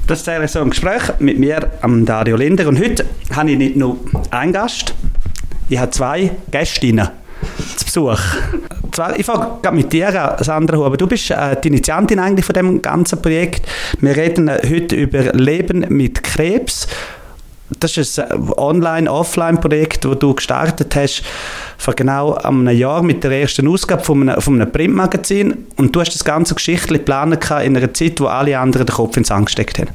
Das ist so ein Gespräch mit mir, Dario Linder. Und heute habe ich nicht nur einen Gast, ich habe zwei Gästinnen zu Besuch. Ich fange mit dir an, Sandra Huber. Du bist die Initiantin eigentlich von dem ganzen Projekt. Wir reden heute über Leben mit Krebs. Das ist ein Online-Offline-Projekt, das du gestartet hast vor genau einem Jahr mit der ersten Ausgabe von einem Printmagazin. Und du hast das ganze Geschichtchen geplant in einer Zeit, wo alle anderen den Kopf ins Sand gesteckt haben.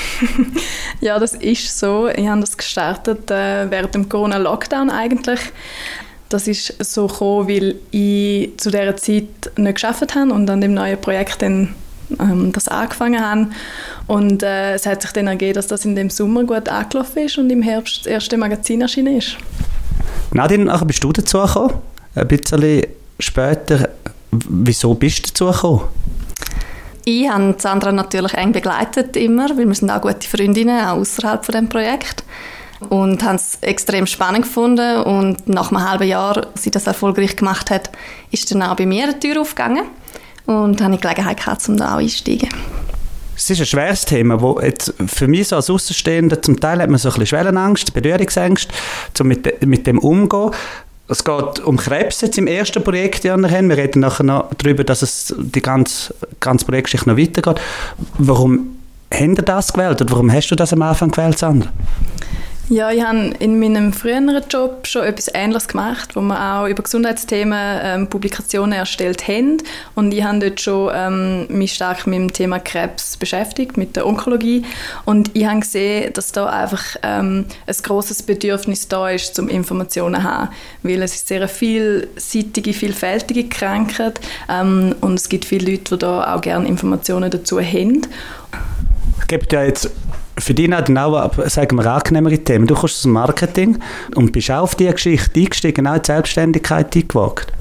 Ja, das ist so. Ich habe das gestartet während dem Corona-Lockdown eigentlich. Das ist so gekommen, weil ich zu dieser Zeit nicht gearbeitet habe und an dem neuen Projekt dann das angefangen habe. Und es hat sich dann ergeben, dass das in dem Sommer gut angelaufen ist und im Herbst das erste Magazin erschienen ist. Nadine, nachher bist du dazu gekommen, ein bisschen später. Wieso bist du dazu gekommen? Ich habe Sandra natürlich eng begleitet immer, weil wir sind auch gute Freundinnen, auch außerhalb von dem Projekt. Und habe es extrem spannend gefunden. Und nach einem halben Jahr, als sie das erfolgreich gemacht hat, ist dann auch bei mir eine Tür aufgegangen. Und habe ich die Gelegenheit gehabt, um da auch einzusteigen. Es ist ein schweres Thema, wo jetzt für mich so als Außenstehender, zum Teil hat man so ein bisschen Schwellenangst, Berührungsängste, um mit dem umzugehen. Es geht um Krebs jetzt im ersten Projekt, das wir haben. Wir reden nachher noch darüber, dass es die ganze Projektgeschichte noch weitergeht. Warum habt ihr das gewählt oder warum hast du das am Anfang gewählt, Sandra? Ja, ich habe in meinem früheren Job schon etwas Ähnliches gemacht, wo wir auch über Gesundheitsthemen Publikationen erstellt haben. Und ich habe dort schon mich stark mit dem Thema Krebs beschäftigt, mit der Onkologie. Und ich habe gesehen, dass da einfach ein grosses Bedürfnis da ist, um Informationen zu haben. Weil es ist sehr eine vielseitige, vielfältige Krankheit. Und es gibt viele Leute, die da auch gerne Informationen dazu haben. Es gibt ja jetzt für dich auch, sagen wir, angenehmere Themen. Du kommst aus dem Marketing und bist auch auf diese Geschichte eingestiegen, auch in die Selbstständigkeit eingewagt.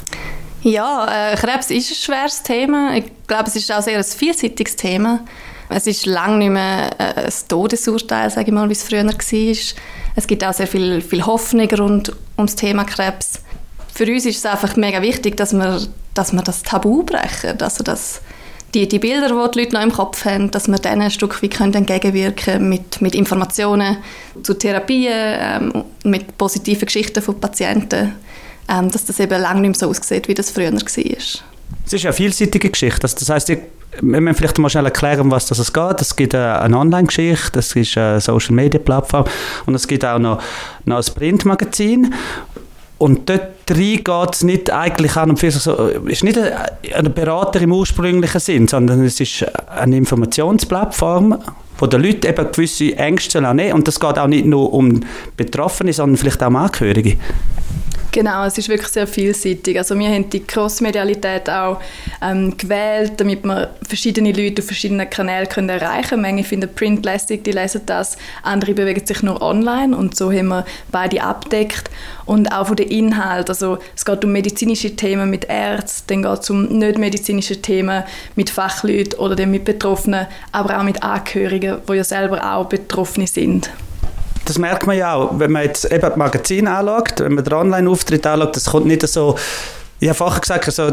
Ja, Krebs ist ein schweres Thema. Ich glaube, es ist auch sehr ein vielseitiges Thema. Es ist lange nicht mehr ein Todesurteil, sage ich mal, wie es früher war. Es gibt auch sehr viel Hoffnung rund um das Thema Krebs. Für uns ist es einfach mega wichtig, dass wir das Tabu brechen, also dass die Bilder, die die Leute noch im Kopf haben, dass wir denen ein Stück weit entgegenwirken können mit Informationen zu Therapien, mit positiven Geschichten von Patienten, dass das eben lange nicht mehr so aussieht, wie das früher war. Es ist eine vielseitige Geschichte. Das heisst, wir müssen vielleicht mal schnell erklären, um was es geht. Es gibt eine Online-Geschichte, es ist eine Social-Media-Plattform und es gibt auch noch ein Printmagazin. Und dort rein geht es nicht eigentlich an und für so, ist nicht ein Berater im ursprünglichen Sinn, sondern es ist eine Informationsplattform, wo die Leute eben gewisse Ängste nehmen sollen. Und das geht auch nicht nur um Betroffene, sondern vielleicht auch um Angehörige. Genau, es ist wirklich sehr vielseitig. Also wir haben die Crossmedialität auch gewählt, damit wir verschiedene Leute auf verschiedenen Kanälen können erreichen können. Manche finden Print lässig, die lesen das, andere bewegen sich nur online und so haben wir beide abdeckt. Und auch von den Inhalten, also es geht um medizinische Themen mit Ärzten, dann geht es um nicht-medizinische Themen mit Fachleuten oder dann mit Betroffenen, aber auch mit Angehörigen, die ja selber auch Betroffene sind. Das merkt man ja auch, wenn man jetzt eben das Magazin anschaut, wenn man den Online-Auftritt anschaut, das kommt nicht so, ich habe vorher gesagt, so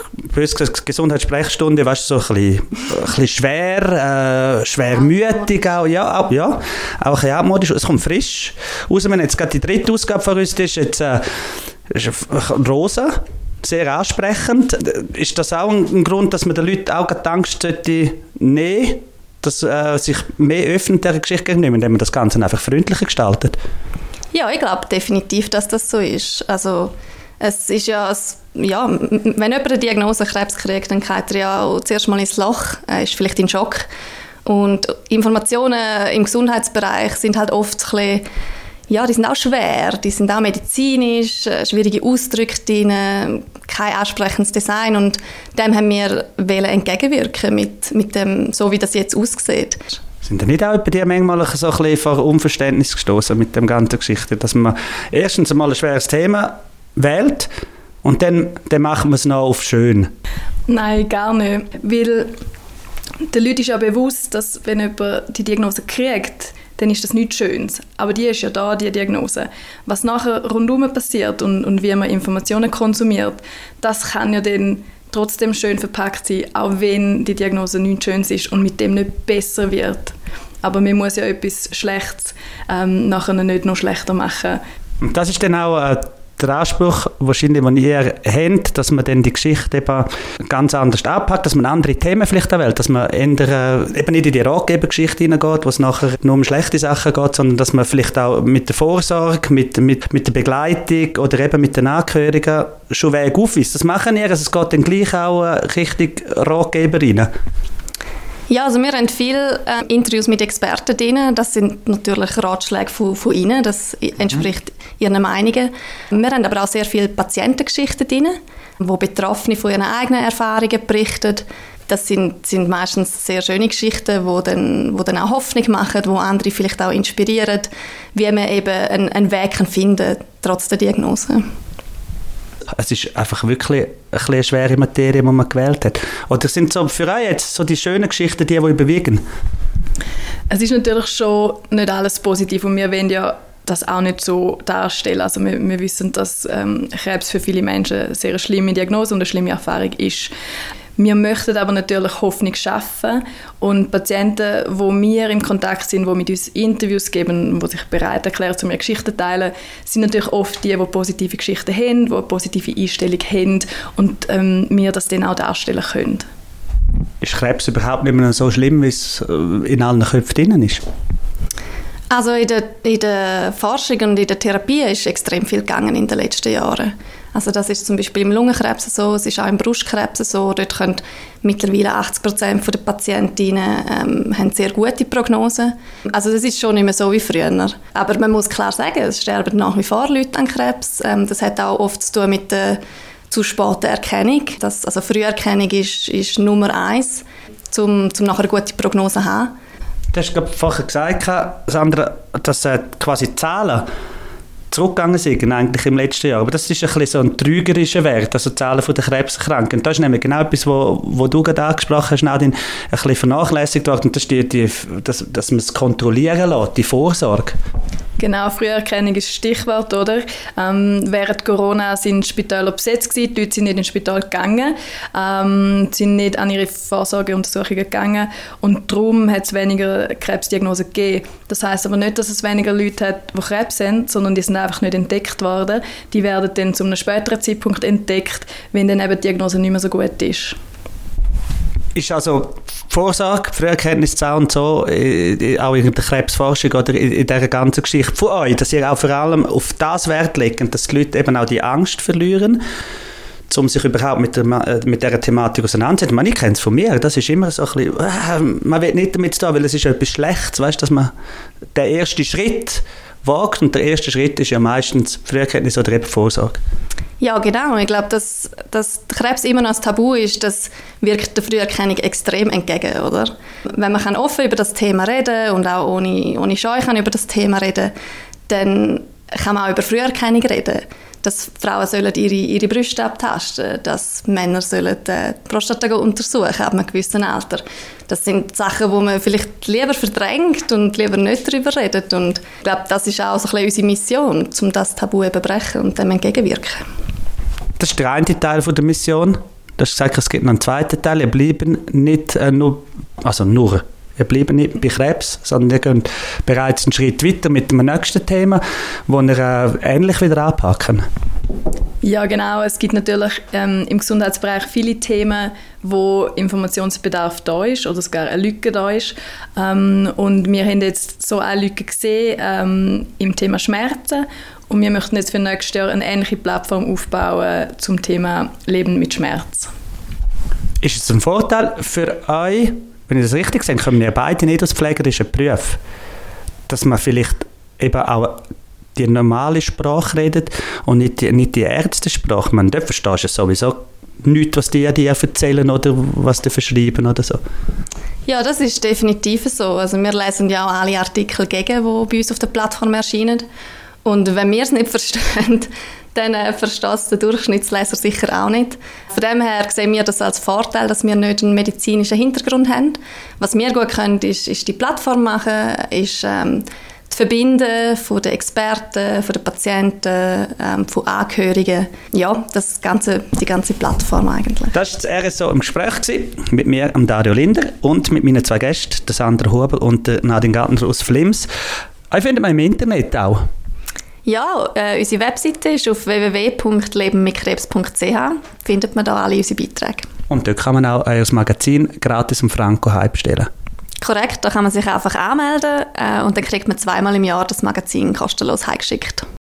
Gesundheitssprechstunde, weißt du, so ein bisschen schwer, schwermütig auch, ja, auch ein bisschen altmodisch, es kommt frisch raus. Wenn jetzt gerade die dritte Ausgabe von uns ist, jetzt ist rosa, sehr ansprechend. Ist das auch ein Grund, dass man den Leuten auch die Angst sollte nehmen, dass sich mehr öffnet dieser Geschichte gegenüber, indem man das Ganze einfach freundlicher gestaltet? Ja, ich glaube definitiv, dass das so ist. Also es ist ja, wenn jemand eine Diagnose Krebs kriegt, dann geht er ja auch zuerst mal ins Loch, ist vielleicht in Schock. Und Informationen im Gesundheitsbereich sind halt oft ein bisschen, ja, die sind auch schwer, die sind auch medizinisch, schwierige Ausdrücke drin, kein ansprechendes Design und dem haben wir entgegenwirken mit dem, so wie das jetzt aussieht. Sind da nicht auch bei dir manchmal so ein bisschen vor Unverständnis gestoßen mit der ganzen Geschichte, dass man erstens einmal ein schweres Thema wählt und dann macht man es noch auf schön? Nein, gar nicht, weil den Leuten ist ja bewusst, dass wenn jemand die Diagnose kriegt, dann ist das nichts Schönes. Aber die ist ja da, die Diagnose. Was nachher rundherum passiert und wie man Informationen konsumiert, das kann ja dann trotzdem schön verpackt sein, auch wenn die Diagnose nichts Schönes ist und mit dem nicht besser wird. aber man muss ja etwas Schlechtes nachher nicht noch schlechter machen. Und das ist dann auch der Anspruch, wahrscheinlich, den ihr habt, dass man dann die Geschichte eben ganz anders anpackt, dass man andere Themen vielleicht auch wählt, dass man eben nicht in die Ratgebergeschichte hineingeht, wo es nachher nur um schlechte Sachen geht, sondern dass man vielleicht auch mit der Vorsorge, mit der Begleitung oder eben mit den Angehörigen schon Wege aufweist. Das machen wir, also es geht dann gleich auch Richtung Ratgeberinnen. Ja, also wir haben viele Interviews mit Experten drin. Das sind natürlich Ratschläge von ihnen, das entspricht ihren Meinungen. Wir haben aber auch sehr viele Patientengeschichten drin, wo Betroffene von ihren eigenen Erfahrungen berichten. Das sind meistens sehr schöne Geschichten, die dann auch Hoffnung machen, wo andere vielleicht auch inspirieren, wie man eben einen Weg finden kann, trotz der Diagnose. Es ist einfach wirklich eine schwere Materie, die man gewählt hat. Oder sind so für euch jetzt so die schönen Geschichten, die überwiegen? Es ist natürlich schon nicht alles positiv und wir wollen ja das auch nicht so darstellen. Also wir wissen, dass Krebs für viele Menschen eine sehr schlimme Diagnose und eine schlimme Erfahrung ist. Wir möchten aber natürlich Hoffnung schaffen und Patienten, die wir im Kontakt sind, die mit uns Interviews geben, die sich bereit erklären, zu mir Geschichten zu teilen, sind natürlich oft die positive Geschichten haben, die eine positive Einstellung haben und wir das dann auch darstellen können. Ist Krebs überhaupt nicht mehr so schlimm, wie es in allen Köpfen drin ist? Also in der Forschung und in der Therapie ist extrem viel gegangen in den letzten Jahren. Also das ist zum Beispiel im Lungenkrebs so, es ist auch im Brustkrebs so. Dort können mittlerweile 80% der Patientinnen haben sehr gute Prognosen. Also das ist schon nicht mehr so wie früher. Aber man muss klar sagen, es sterben nach wie vor Leute an Krebs. Das hat auch oft zu tun mit der zu späten Erkennung. Also Früherkennung ist Nummer 1, um nachher eine gute Prognose zu haben. Du hast gerade vorher gesagt, Sandra, dass quasi Zahlen zurückgegangen sind eigentlich im letzten Jahr. Aber das ist ein bisschen so ein trügerischer Wert, also Zahlen der Krebserkrankten. Das ist nämlich genau etwas, wo du gerade angesprochen hast, Nadine, ein bisschen vernachlässigt worden. Und das ist dass man es kontrollieren lässt, die Vorsorge. Genau, Früherkennung ist das Stichwort, oder? Während Corona sind die Spitäler besetzt gewesen, die Leute sind nicht ins Spital gegangen, sind nicht an ihre Vorsorgeuntersuchungen gegangen und darum hat es weniger Krebsdiagnosen gegeben. Das heisst aber nicht, dass es weniger Leute hat, die Krebs haben, sondern die sind einfach nicht entdeckt worden. Die werden dann zu einem späteren Zeitpunkt entdeckt, wenn dann eben die Diagnose nicht mehr so gut ist. Ist also Vorsorge, Früherkenntnis und so, auch in der Krebsforschung oder in dieser ganzen Geschichte von euch, dass ihr auch vor allem auf das Wert legt, dass die Leute eben auch die Angst verlieren, um sich überhaupt mit dieser Thematik auseinanderzusetzen. Ich kenne es von mir, das ist immer so ein bisschen, man will nicht damit tun, weil es ist etwas Schlechtes, weißt, dass man den ersten Schritt wagt und der erste Schritt ist ja meistens Früherkenntnis oder eben Vorsorge. Ja, genau. Ich glaube, dass Krebs immer noch ein Tabu ist, das wirkt der Früherkennung extrem entgegen, oder? Wenn man offen über das Thema reden und auch ohne Scheu über das Thema reden, dann kann man auch über Früherkennung reden. Dass Frauen sollen ihre Brüste abtasten, dass Männer sollen die Prostata untersuchen ab einem gewissen Alter. Das sind Sachen, die man vielleicht lieber verdrängt und lieber nicht darüber redet. Und ich glaube, das ist auch so ein bisschen unsere Mission, um das Tabu zu brechen und dem entgegenwirken. Das ist der eine Teil der Mission. Du hast gesagt, es gibt noch einen zweiten Teil. Ihr bleibt nicht ihr bleibt nicht bei Krebs, sondern ihr geht bereits einen Schritt weiter mit dem nächsten Thema, wo ihr ähnlich wieder anpacken. Ja, genau. Es gibt natürlich im Gesundheitsbereich viele Themen, wo Informationsbedarf da ist oder sogar eine Lücke da ist. Und wir haben jetzt so eine Lücke gesehen im Thema Schmerzen. Und wir möchten jetzt für nächstes Jahr eine ähnliche Plattform aufbauen zum Thema Leben mit Schmerz. Ist es ein Vorteil für euch, wenn ich das richtig sehe, kommen wir beide nicht aus pflegerischen Berufen, dass man vielleicht eben auch die normale Sprache redet und nicht die Ärztesprache. Man, dort verstehst du sowieso nichts, was die dir erzählen oder was die verschreiben oder so. Ja, das ist definitiv so. Also wir lesen ja auch alle Artikel gegen, die bei uns auf der Plattform erscheinen. Und wenn wir es nicht verstehen, dann versteht es der Durchschnittsleser sicher auch nicht. Von dem her sehen wir das als Vorteil, dass wir nicht einen medizinischen Hintergrund haben. Was wir gut können, ist die Plattform machen, ist Verbinden von den Experten, von den Patienten, von Angehörigen. Ja, die ganze Plattform eigentlich. Das war das RSO im Gespräch gewesen, mit mir, Dario Linder, und mit meinen 2 Gästen, der Sandra Huber und der Nadine Gartner aus Flims. Ich finde man im Internet auch. Ja, unsere Webseite ist auf www.lebenmitkrebs.ch. Findet man da alle unsere Beiträge. Und dort kann man auch das Magazin gratis um Franco bestellen. Korrekt, da kann man sich einfach anmelden und dann kriegt man 2-mal im Jahr das Magazin kostenlos heimgeschickt.